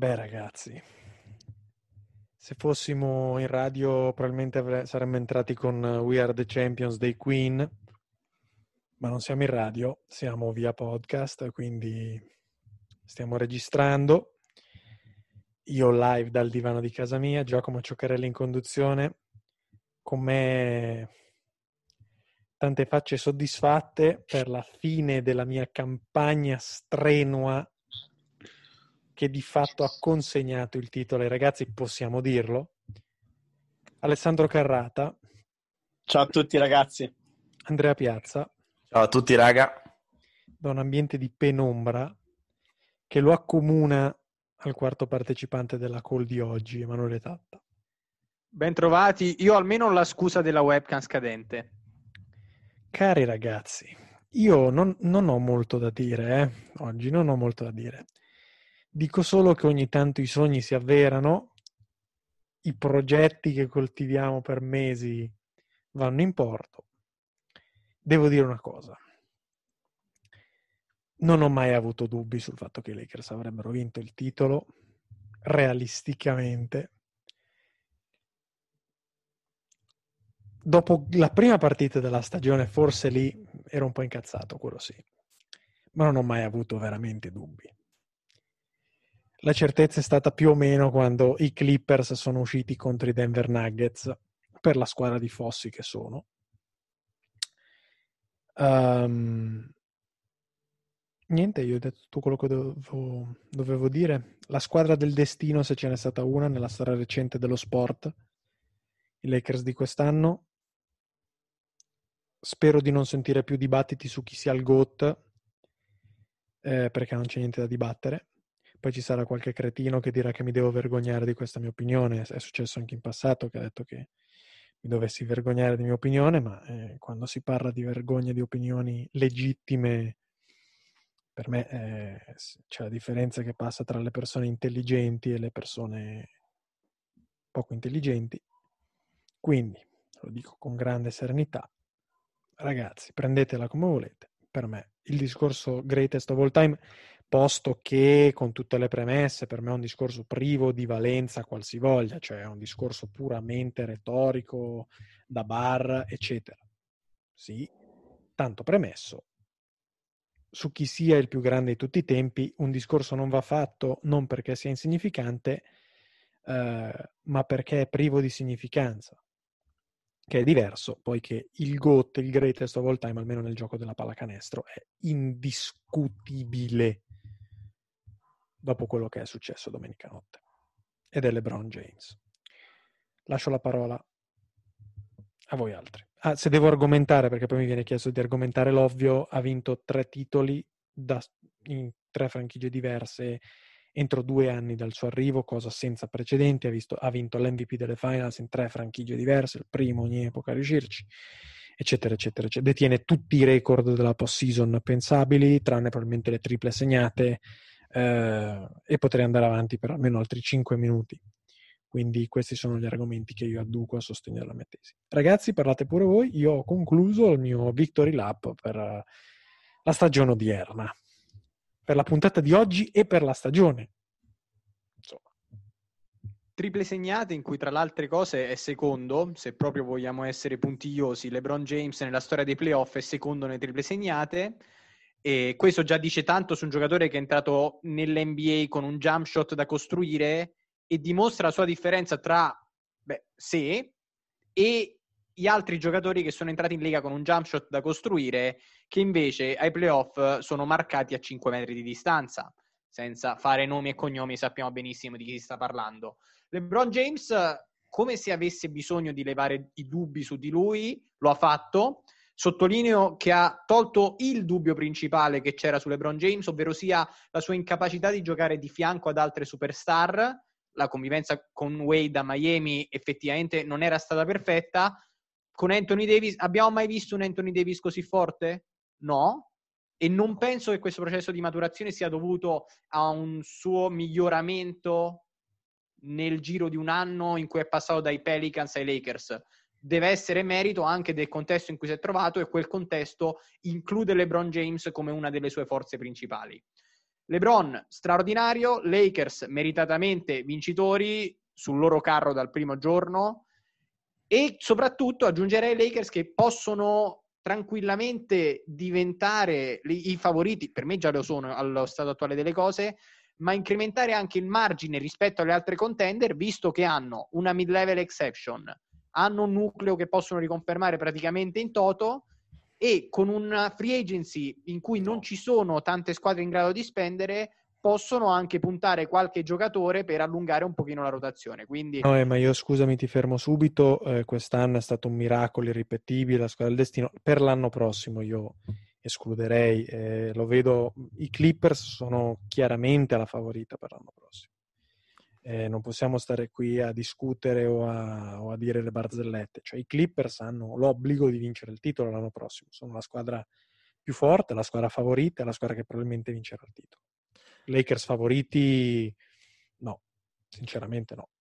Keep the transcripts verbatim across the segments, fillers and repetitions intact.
Beh, ragazzi, se fossimo in radio probabilmente avre- saremmo entrati con We Are the Champions dei Queen, ma non siamo in radio, siamo via podcast, quindi stiamo registrando. Io live dal divano di casa mia, Giacomo Cioccarelli in conduzione, con me tante facce soddisfatte per la fine della mia campagna strenua che di fatto ha consegnato il titolo ai ragazzi, possiamo dirlo. Alessandro Carrata, Ciao a tutti ragazzi. Andrea Piazza, Ciao a tutti raga. da un ambiente di penombra che lo accomuna al quarto partecipante della call di oggi, Emanuele Tatta. Ben trovati, io almeno ho la scusa della webcam scadente. Cari ragazzi, io non, non ho molto da dire, eh? Oggi non ho molto da dire. Dico solo che ogni tanto i sogni si avverano, i progetti che coltiviamo per mesi vanno in porto. Devo dire una cosa. Non ho mai avuto dubbi sul fatto che i Lakers avrebbero vinto il titolo, realisticamente. Dopo la prima partita della stagione, forse lì ero un po' incazzato, quello sì. Ma non ho mai avuto veramente dubbi. La certezza è stata più o meno quando i Clippers sono usciti contro i Denver Nuggets, per la squadra di Fossi che sono. Um, niente, io ho detto tutto quello che dovevo, dovevo dire. La squadra del destino, se ce n'è stata una nella storia recente dello sport, i Lakers di quest'anno. Spero di non sentire più dibattiti su chi sia il GOAT, eh, perché non c'è niente da dibattere. Poi ci sarà qualche cretino che dirà che mi devo vergognare di questa mia opinione. È successo anche in passato che ha detto che mi dovessi vergognare di mia opinione, ma eh, quando si parla di vergogna di opinioni legittime, per me eh, c'è la differenza che passa tra le persone intelligenti e le persone poco intelligenti. Quindi, lo dico con grande serenità, ragazzi, prendetela come volete. Per me il discorso greatest of all time, posto che con tutte le premesse, per me è un discorso privo di valenza qualsivoglia, cioè è un discorso puramente retorico, da bar, eccetera. Sì, tanto premesso, su chi sia il più grande di tutti i tempi, un discorso non va fatto non perché sia insignificante, eh, ma perché è privo di significanza, che è diverso, poiché il GOAT, il greatest of all time, almeno nel gioco della pallacanestro, è indiscutibile dopo quello che è successo domenica notte. Ed è LeBron James. Lascio la parola a voi altri. Ah, se devo argomentare, perché poi mi viene chiesto di argomentare l'ovvio, ha vinto tre titoli da, in tre franchigie diverse entro due anni dal suo arrivo, cosa senza precedenti. Ha, visto, ha vinto l'M V P delle finals in tre franchigie diverse, il primo ogni epoca a riuscirci, eccetera, eccetera, eccetera. Detiene tutti i record della post-season pensabili, tranne probabilmente le triple segnate, eh, e potrei andare avanti per almeno altri cinque minuti. Quindi questi sono gli argomenti che io adduco a sostegno della mia tesi. Ragazzi, parlate pure voi. Io ho concluso il mio victory lap per la stagione odierna, per la puntata di oggi e per la stagione. Insomma. Triple segnate in cui tra le altre cose è secondo, se proprio vogliamo essere puntigliosi, LeBron James nella storia dei playoff è secondo nelle triple segnate, e questo già dice tanto su un giocatore che è entrato nell'N B A con un jump shot da costruire e dimostra la sua differenza tra beh, sé e gli altri giocatori che sono entrati in Lega con un jump shot da costruire, che invece ai playoff sono marcati a cinque metri di distanza. Senza fare nomi e cognomi sappiamo benissimo di chi si sta parlando. LeBron James, come se avesse bisogno di levare i dubbi su di lui, lo ha fatto. Sottolineo che ha tolto il dubbio principale che c'era su LeBron James, ovvero sia la sua incapacità di giocare di fianco ad altre superstar. La convivenza con Wade a Miami effettivamente non era stata perfetta. Con Anthony Davis, abbiamo mai visto un Anthony Davis così forte? No. E non penso che questo processo di maturazione sia dovuto a un suo miglioramento nel giro di un anno in cui è passato dai Pelicans ai Lakers. Deve essere merito anche del contesto in cui si è trovato, e quel contesto include LeBron James come una delle sue forze principali. LeBron straordinario, Lakers meritatamente vincitori sul loro carro dal primo giorno, e soprattutto aggiungerei Lakers che possono tranquillamente diventare i favoriti, per me già lo sono allo stato attuale delle cose, ma incrementare anche il margine rispetto alle altre contender, visto che hanno una mid-level exception, hanno un nucleo che possono riconfermare praticamente in toto, e con una free agency in cui non ci sono tante squadre in grado di spendere, possono anche puntare qualche giocatore per allungare un pochino la rotazione. Quindi No, eh, ma io scusami, ti fermo subito. Eh, quest'anno è stato un miracolo irripetibile, la squadra del destino. Per l'anno prossimo io escluderei, eh, lo vedo, i Clippers sono chiaramente la favorita per l'anno prossimo. Eh, non possiamo stare qui a discutere o a, o a dire le barzellette. Cioè, i Clippers hanno l'obbligo di vincere il titolo l'anno prossimo. Sono la squadra più forte, la squadra favorita, la squadra che probabilmente vincerà il titolo. Lakers favoriti? No, sinceramente no.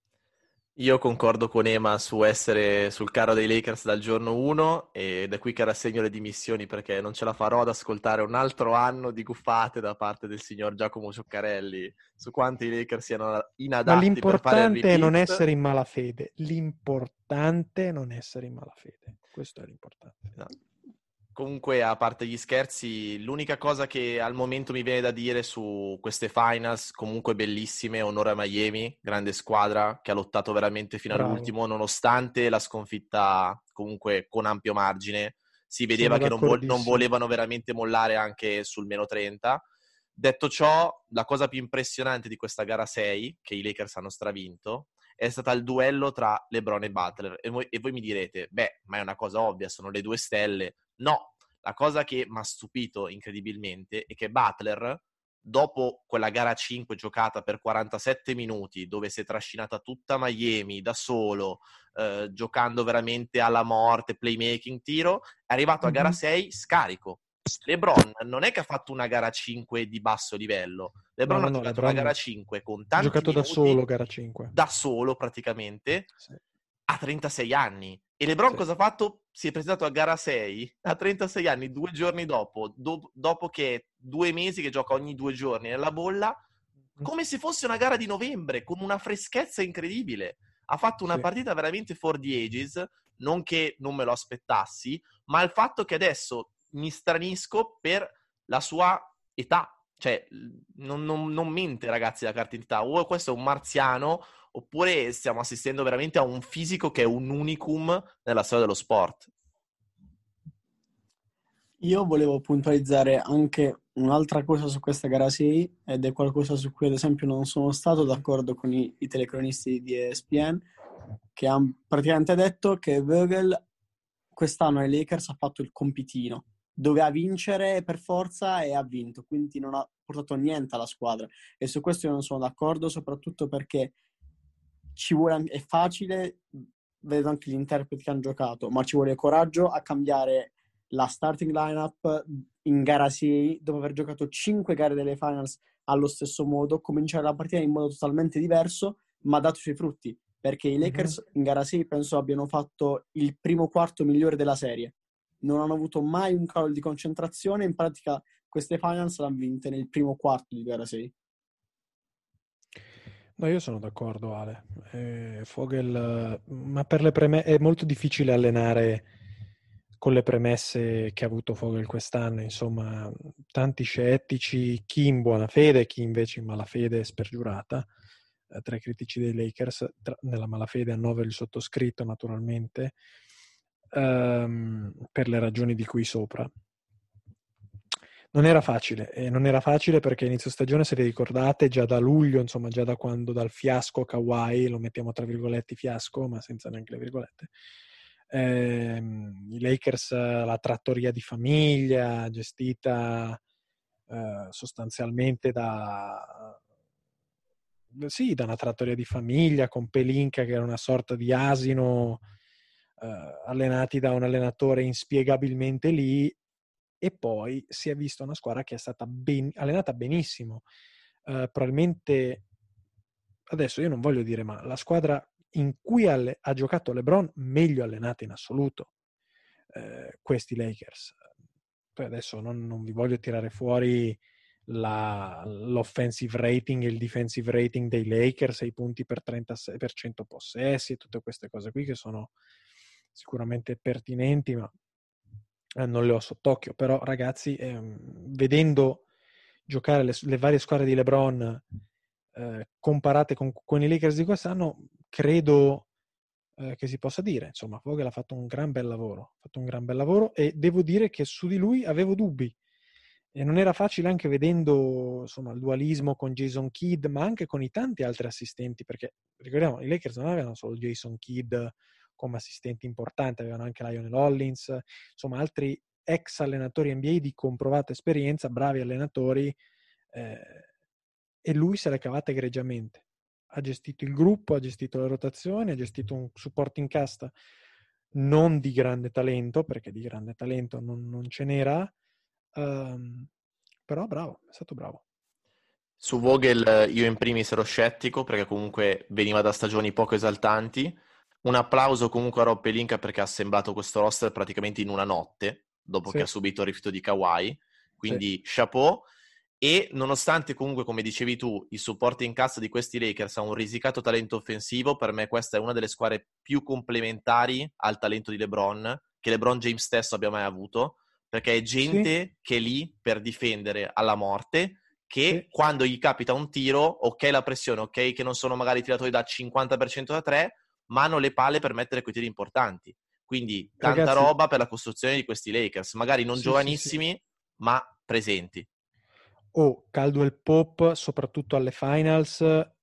Io concordo con Ema su essere sul carro dei Lakers dal giorno uno, ed è qui che rassegno le dimissioni, perché non ce la farò ad ascoltare un altro anno di guffate da parte del signor Giacomo Cioccarelli su quanto i Lakers siano inadatti per fare il Ma l'importante è non repeat. essere in malafede. L'importante è non essere in malafede. Questo è l'importante. No. Comunque, a parte gli scherzi, l'unica cosa che al momento mi viene da dire su queste finals, comunque bellissime, onore a Miami, grande squadra che ha lottato veramente fino Bravo. all'ultimo, nonostante la sconfitta comunque con ampio margine. Si vedeva Sono che non, vo- non d'accordissimo. volevano veramente mollare anche sul meno trenta. Detto ciò, la cosa più impressionante di questa gara sei, che i Lakers hanno stravinto, è stata il duello tra LeBron e Butler. E voi, e voi mi direte, beh, ma è una cosa ovvia, sono le due stelle. No, la cosa che mi ha stupito incredibilmente è che Butler, dopo quella gara cinque giocata per quarantasette minuti, dove si è trascinata tutta Miami da solo, eh, giocando veramente alla morte, playmaking, tiro, è arrivato a gara Mhm. sei scarico. LeBron non è che ha fatto una gara cinque di basso livello. LeBron No, no, ha no, giocato LeBron una gara cinque con ha tanti giocato da minuti, solo gara cinque. da solo praticamente, Sì. a trentasei anni. E LeBron Sì. cosa ha fatto? Si è presentato a gara sei a trentasei anni, due giorni dopo, do- dopo che due mesi che gioca ogni due giorni nella bolla, come se fosse una gara di novembre, con una freschezza incredibile. Ha fatto una Sì. partita veramente for the ages, non che non me lo aspettassi, ma il fatto che adesso mi stranisco per la sua età. Cioè, non, non, non mente, ragazzi, la carta d'identità. O questo è un marziano, oppure stiamo assistendo veramente a un fisico che è un unicum nella storia dello sport. Io volevo puntualizzare anche un'altra cosa su questa gara sei, ed è qualcosa su cui ad esempio non sono stato d'accordo con i, i telecronisti di E S P N, che hanno praticamente detto che Vogel quest'anno ai Lakers ha fatto il compitino, doveva vincere per forza e ha vinto, quindi non ha portato niente alla squadra, e su questo io non sono d'accordo, soprattutto perché ci vuole anche, è facile, vedo anche gli interpreti che hanno giocato, ma ci vuole coraggio a cambiare la starting lineup in gara sei, dopo aver giocato cinque gare delle finals allo stesso modo, cominciare la partita in modo totalmente diverso, ma ha dato i suoi frutti, perché i Lakers Mhm. in gara sei penso abbiano fatto il primo quarto migliore della serie, non hanno avuto mai un calo di concentrazione, in pratica queste finals l'hanno vinte nel primo quarto di gara sei. No, io sono d'accordo, Ale. Eh, Vogel, ma per le premesse è molto difficile allenare con le premesse che ha avuto Vogel quest'anno. Insomma, tanti scettici, chi in buona fede, chi invece in malafede spergiurata. Eh, tra i critici dei Lakers, tra, nella malafede annovero il sottoscritto, naturalmente, ehm, per le ragioni di cui sopra. Non era facile, e non era facile perché inizio stagione, se vi ricordate, già da luglio, insomma già da quando dal fiasco Kawhi, lo mettiamo tra virgolette fiasco, ma senza neanche le virgolette, ehm, i Lakers, la trattoria di famiglia, gestita eh, sostanzialmente da, sì, da una trattoria di famiglia, con Pelinka che era una sorta di asino, eh, allenati da un allenatore inspiegabilmente lì. E poi si è vista una squadra che è stata ben, allenata benissimo. Uh, probabilmente, adesso io non voglio dire, ma la squadra in cui alle, ha giocato LeBron meglio allenata in assoluto, uh, questi Lakers. Poi adesso non, non vi voglio tirare fuori la, l'offensive rating e il defensive rating dei Lakers, i punti per trentasei per cento possessi e tutte queste cose qui che sono sicuramente pertinenti, ma eh, non le ho sott'occhio. Però ragazzi, ehm, vedendo giocare le, le varie squadre di LeBron eh, comparate con, con i Lakers di quest'anno, credo eh, che si possa dire, insomma, Vogel ha fatto un gran bel lavoro, ha fatto un gran bel lavoro e devo dire che su di lui avevo dubbi. E non era facile anche vedendo insomma il dualismo con Jason Kidd, ma anche con i tanti altri assistenti, perché ricordiamo i Lakers non avevano solo Jason Kidd come assistenti importanti, avevano anche Lionel Hollins, insomma altri ex allenatori N B A di comprovata esperienza, bravi allenatori, eh, e lui se l'è cavata egregiamente. Ha gestito il gruppo, ha gestito le rotazioni, ha gestito un supporting cast non di grande talento, perché di grande talento non, non ce n'era, Um, però bravo, è stato bravo. Su Vogel io in primis ero scettico perché comunque veniva da stagioni poco esaltanti. Un applauso comunque a Rob Pelinka perché ha assemblato questo roster praticamente in una notte dopo Sì. che ha subito il rifiuto di Kawhi, quindi sì. Chapeau. E nonostante comunque, come dicevi tu, il supporting cast di questi Lakers ha un risicato talento offensivo, per me questa è una delle squadre più complementari al talento di LeBron che LeBron James stesso abbia mai avuto, perché è gente sì. che è lì per difendere alla morte, che sì. quando gli capita un tiro, ok la pressione, ok che non sono magari tiratori da cinquanta per cento da tre, ma hanno le palle per mettere quei tiri importanti. Quindi tanta Ragazzi, roba per la costruzione di questi Lakers, magari non sì, giovanissimi, sì, sì. ma presenti. Oh, Caldwell Pope, soprattutto alle finals,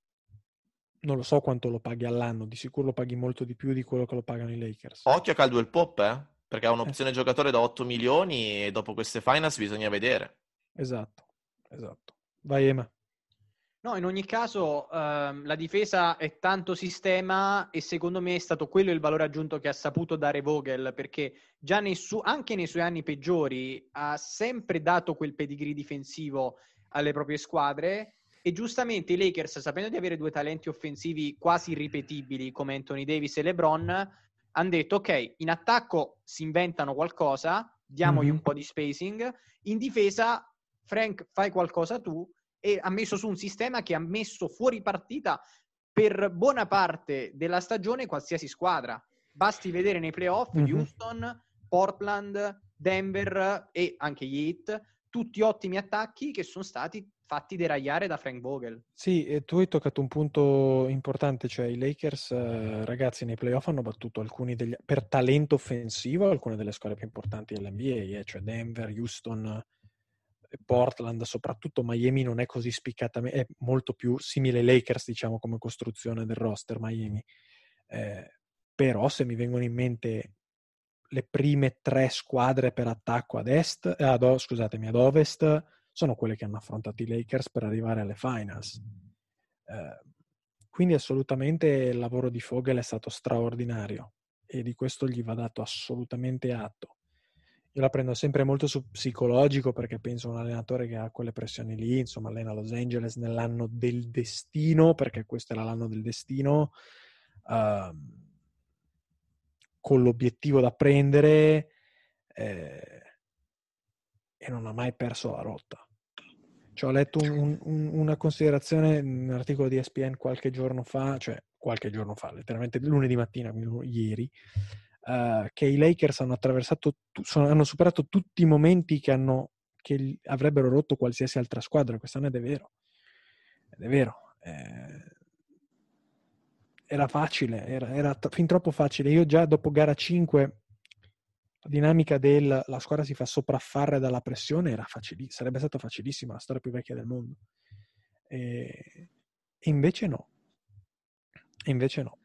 non lo so quanto lo paghi all'anno, di sicuro lo paghi molto di più di quello che lo pagano i Lakers. Occhio a Caldwell Pope, eh? Perché ha un'opzione eh sì. giocatore da otto milioni e dopo queste finals bisogna vedere. Esatto, esatto. Vai Ema. No, in ogni caso ehm, la difesa è tanto sistema e secondo me è stato quello il valore aggiunto che ha saputo dare Vogel, perché già nei su- anche nei suoi anni peggiori ha sempre dato quel pedigree difensivo alle proprie squadre e giustamente i Lakers, sapendo di avere due talenti offensivi quasi irripetibili come Anthony Davis e LeBron, hanno detto ok, in attacco si inventano qualcosa, diamogli mm-hmm. un po' di spacing, in difesa Frank fai qualcosa tu, e ha messo su un sistema che ha messo fuori partita per buona parte della stagione qualsiasi squadra. Basti vedere nei playoff mm-hmm. Houston, Portland, Denver e anche gli Heat, tutti ottimi attacchi che sono stati fatti deragliare da Frank Vogel. Sì, e tu hai toccato un punto importante, cioè i Lakers, eh, ragazzi, nei playoff hanno battuto alcuni degli, per talento offensivo, alcune delle squadre più importanti dell'N B A, eh, cioè Denver, Houston, Portland, soprattutto Miami non è così spiccatamente, è molto più simile ai Lakers, diciamo, come costruzione del roster Miami. Eh, però se mi vengono in mente le prime tre squadre per attacco ad est, eh, ad, scusatemi, ad ovest, sono quelle che hanno affrontato i Lakers per arrivare alle finals. Eh, quindi assolutamente il lavoro di Vogel è stato straordinario e di questo gli va dato assolutamente atto. Io la prendo sempre molto sul psicologico perché penso a un allenatore che ha quelle pressioni lì, insomma allena Los Angeles nell'anno del destino, perché questo era l'anno del destino, uh, con l'obiettivo da prendere eh, e non ha mai perso la rotta. Cioè, ho letto un, un, una considerazione in un articolo di E S P N qualche giorno fa, cioè qualche giorno fa, letteralmente lunedì mattina, ieri, Uh, che i Lakers hanno attraversato, sono, hanno superato tutti i momenti che, hanno, che avrebbero rotto qualsiasi altra squadra. Quest'anno ed è vero, ed è vero. Eh, era facile, era, era t- fin troppo facile. Io già dopo gara cinque, la dinamica del la squadra si fa sopraffare dalla pressione era facili, sarebbe stata facilissima, la storia più vecchia del mondo. E, e invece no. E invece no.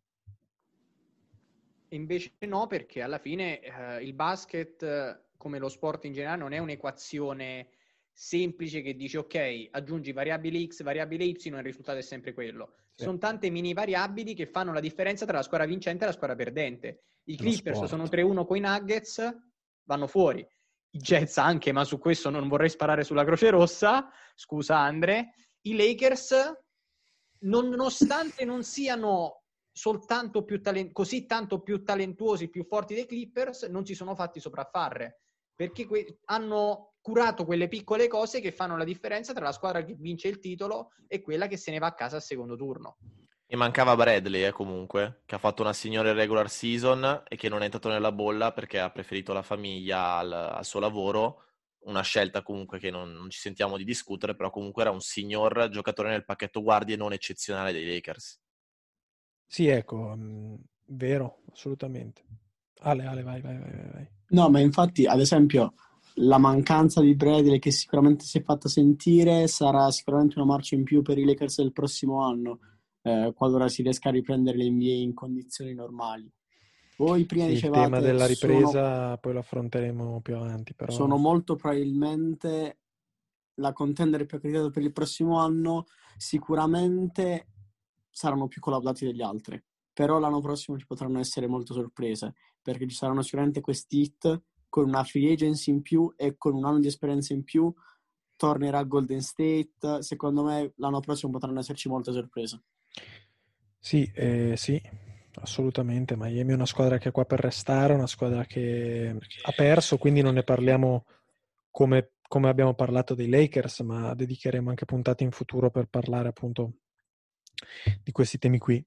Invece no, perché alla fine eh, il basket, come lo sport in generale, non è un'equazione semplice che dice ok, aggiungi variabile X, variabile Y e il risultato è sempre quello. Sì. Sono tante mini variabili che fanno la differenza tra la squadra vincente e la squadra perdente. I Clippers sono tre uno con i Nuggets, vanno fuori. I Jets anche, ma su questo non vorrei sparare sulla Croce Rossa, scusa Andre. I Lakers, nonostante non siano soltanto più talent- così tanto più talentuosi, più forti dei Clippers, non si sono fatti sopraffarre perché que- hanno curato quelle piccole cose che fanno la differenza tra la squadra che vince il titolo e quella che se ne va a casa al secondo turno. E mancava Bradley, eh, comunque, che ha fatto una signora regular season e che non è entrato nella bolla perché ha preferito la famiglia al, al suo lavoro. Una scelta comunque che non, non ci sentiamo di discutere, però comunque era un signor giocatore nel pacchetto guardie non eccezionale dei Lakers. Sì, ecco, mh, vero, assolutamente. Ale, Ale, vai, vai, vai, vai. No, ma infatti, ad esempio, la mancanza di Bradley che sicuramente si è fatta sentire sarà sicuramente una marcia in più per i Lakers del prossimo anno, eh, qualora si riesca a riprendere l'N B A in condizioni normali. Voi prima Sì, il dicevate tema della sono, ripresa poi lo affronteremo più avanti, però sono molto probabilmente la contender più accreditata per il prossimo anno, sicuramente saranno più collaudati degli altri, però l'anno prossimo ci potranno essere molte sorprese, perché ci saranno sicuramente questi hit con una free agency in più e con un anno di esperienza in più, tornerà Golden State, secondo me l'anno prossimo potranno esserci molte sorprese. sì, eh, sì, assolutamente. Miami è una squadra che è qua per restare, una squadra che ha perso, quindi non ne parliamo come, come abbiamo parlato dei Lakers, ma dedicheremo anche puntate in futuro per parlare appunto di questi temi qui.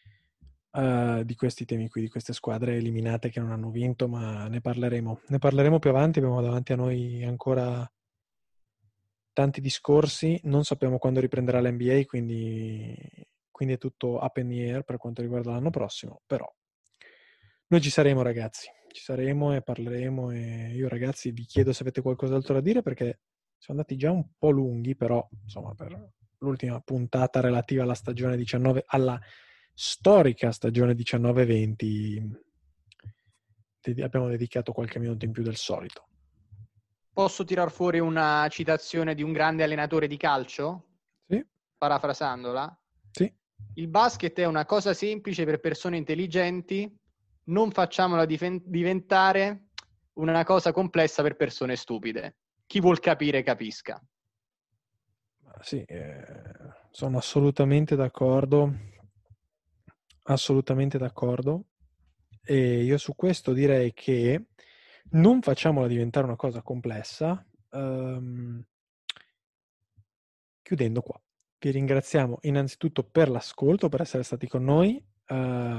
Uh, di questi temi qui, di queste squadre eliminate che non hanno vinto, ma ne parleremo. Ne parleremo più avanti, abbiamo davanti a noi ancora tanti discorsi, non sappiamo quando riprenderà l'N B A, quindi, quindi è tutto up in the air per quanto riguarda l'anno prossimo, però noi ci saremo ragazzi, ci saremo e parleremo e io ragazzi vi chiedo se avete qualcos'altro da dire perché siamo andati già un po' lunghi, però insomma per l'ultima puntata relativa alla stagione diciannove, alla storica stagione diciannove venti abbiamo dedicato qualche minuto in più del solito. Posso tirar fuori una citazione di un grande allenatore di calcio? Sì. Parafrasandola? Sì. Il basket è una cosa semplice per persone intelligenti, non facciamola difen- diventare una cosa complessa per persone stupide. Chi vuol capire capisca. Sì, eh, sono assolutamente d'accordo. Assolutamente d'accordo, e io su questo direi che non facciamola diventare una cosa complessa, um, chiudendo qua. Vi ringraziamo innanzitutto per l'ascolto, per essere stati con noi, uh,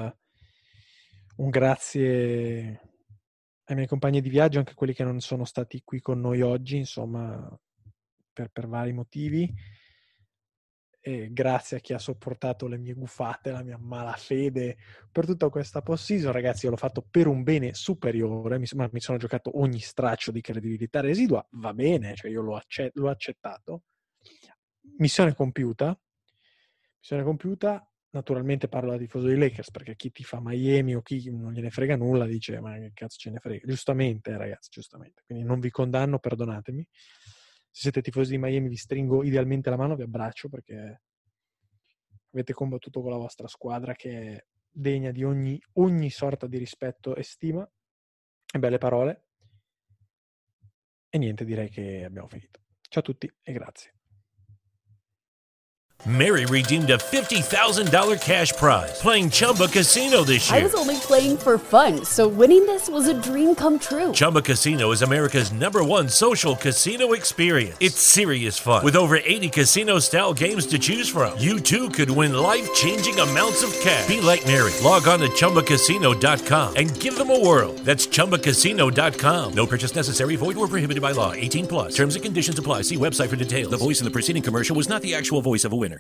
un grazie ai miei compagni di viaggio, anche quelli che non sono stati qui con noi oggi, insomma, per, per vari motivi. E grazie a chi ha sopportato le mie guffate, la mia malafede per tutta questa post-season. Ragazzi, io l'ho fatto per un bene superiore, mi, ma mi sono giocato ogni straccio di credibilità residua, va bene, cioè io l'ho, accett- l'ho accettato. Missione compiuta. Missione compiuta, naturalmente parlo da tifoso dei Lakers, perché chi ti fa Miami o chi non gliene frega nulla dice ma che cazzo ce ne frega. Giustamente, ragazzi, giustamente. Quindi non vi condanno, perdonatemi. Se siete tifosi di Miami vi stringo idealmente la mano, vi abbraccio perché avete combattuto con la vostra squadra che è degna di ogni, ogni sorta di rispetto e stima. E belle parole. E niente, direi che abbiamo finito. Ciao a tutti e grazie. Mary redeemed a fifty thousand dollars cash prize playing Chumba Casino this year. I was only playing for fun, so winning this was a dream come true. Chumba Casino is America's number one social casino experience. It's serious fun. With over eighty casino-style games to choose from, you too could win life-changing amounts of cash. Be like Mary. Log on to Chumba Casino dot com and give them a whirl. That's Chumba Casino dot com. No purchase necessary. Void or prohibited by law. eighteen plus. Terms and conditions apply. See website for details. The voice in the preceding commercial was not the actual voice of a winner.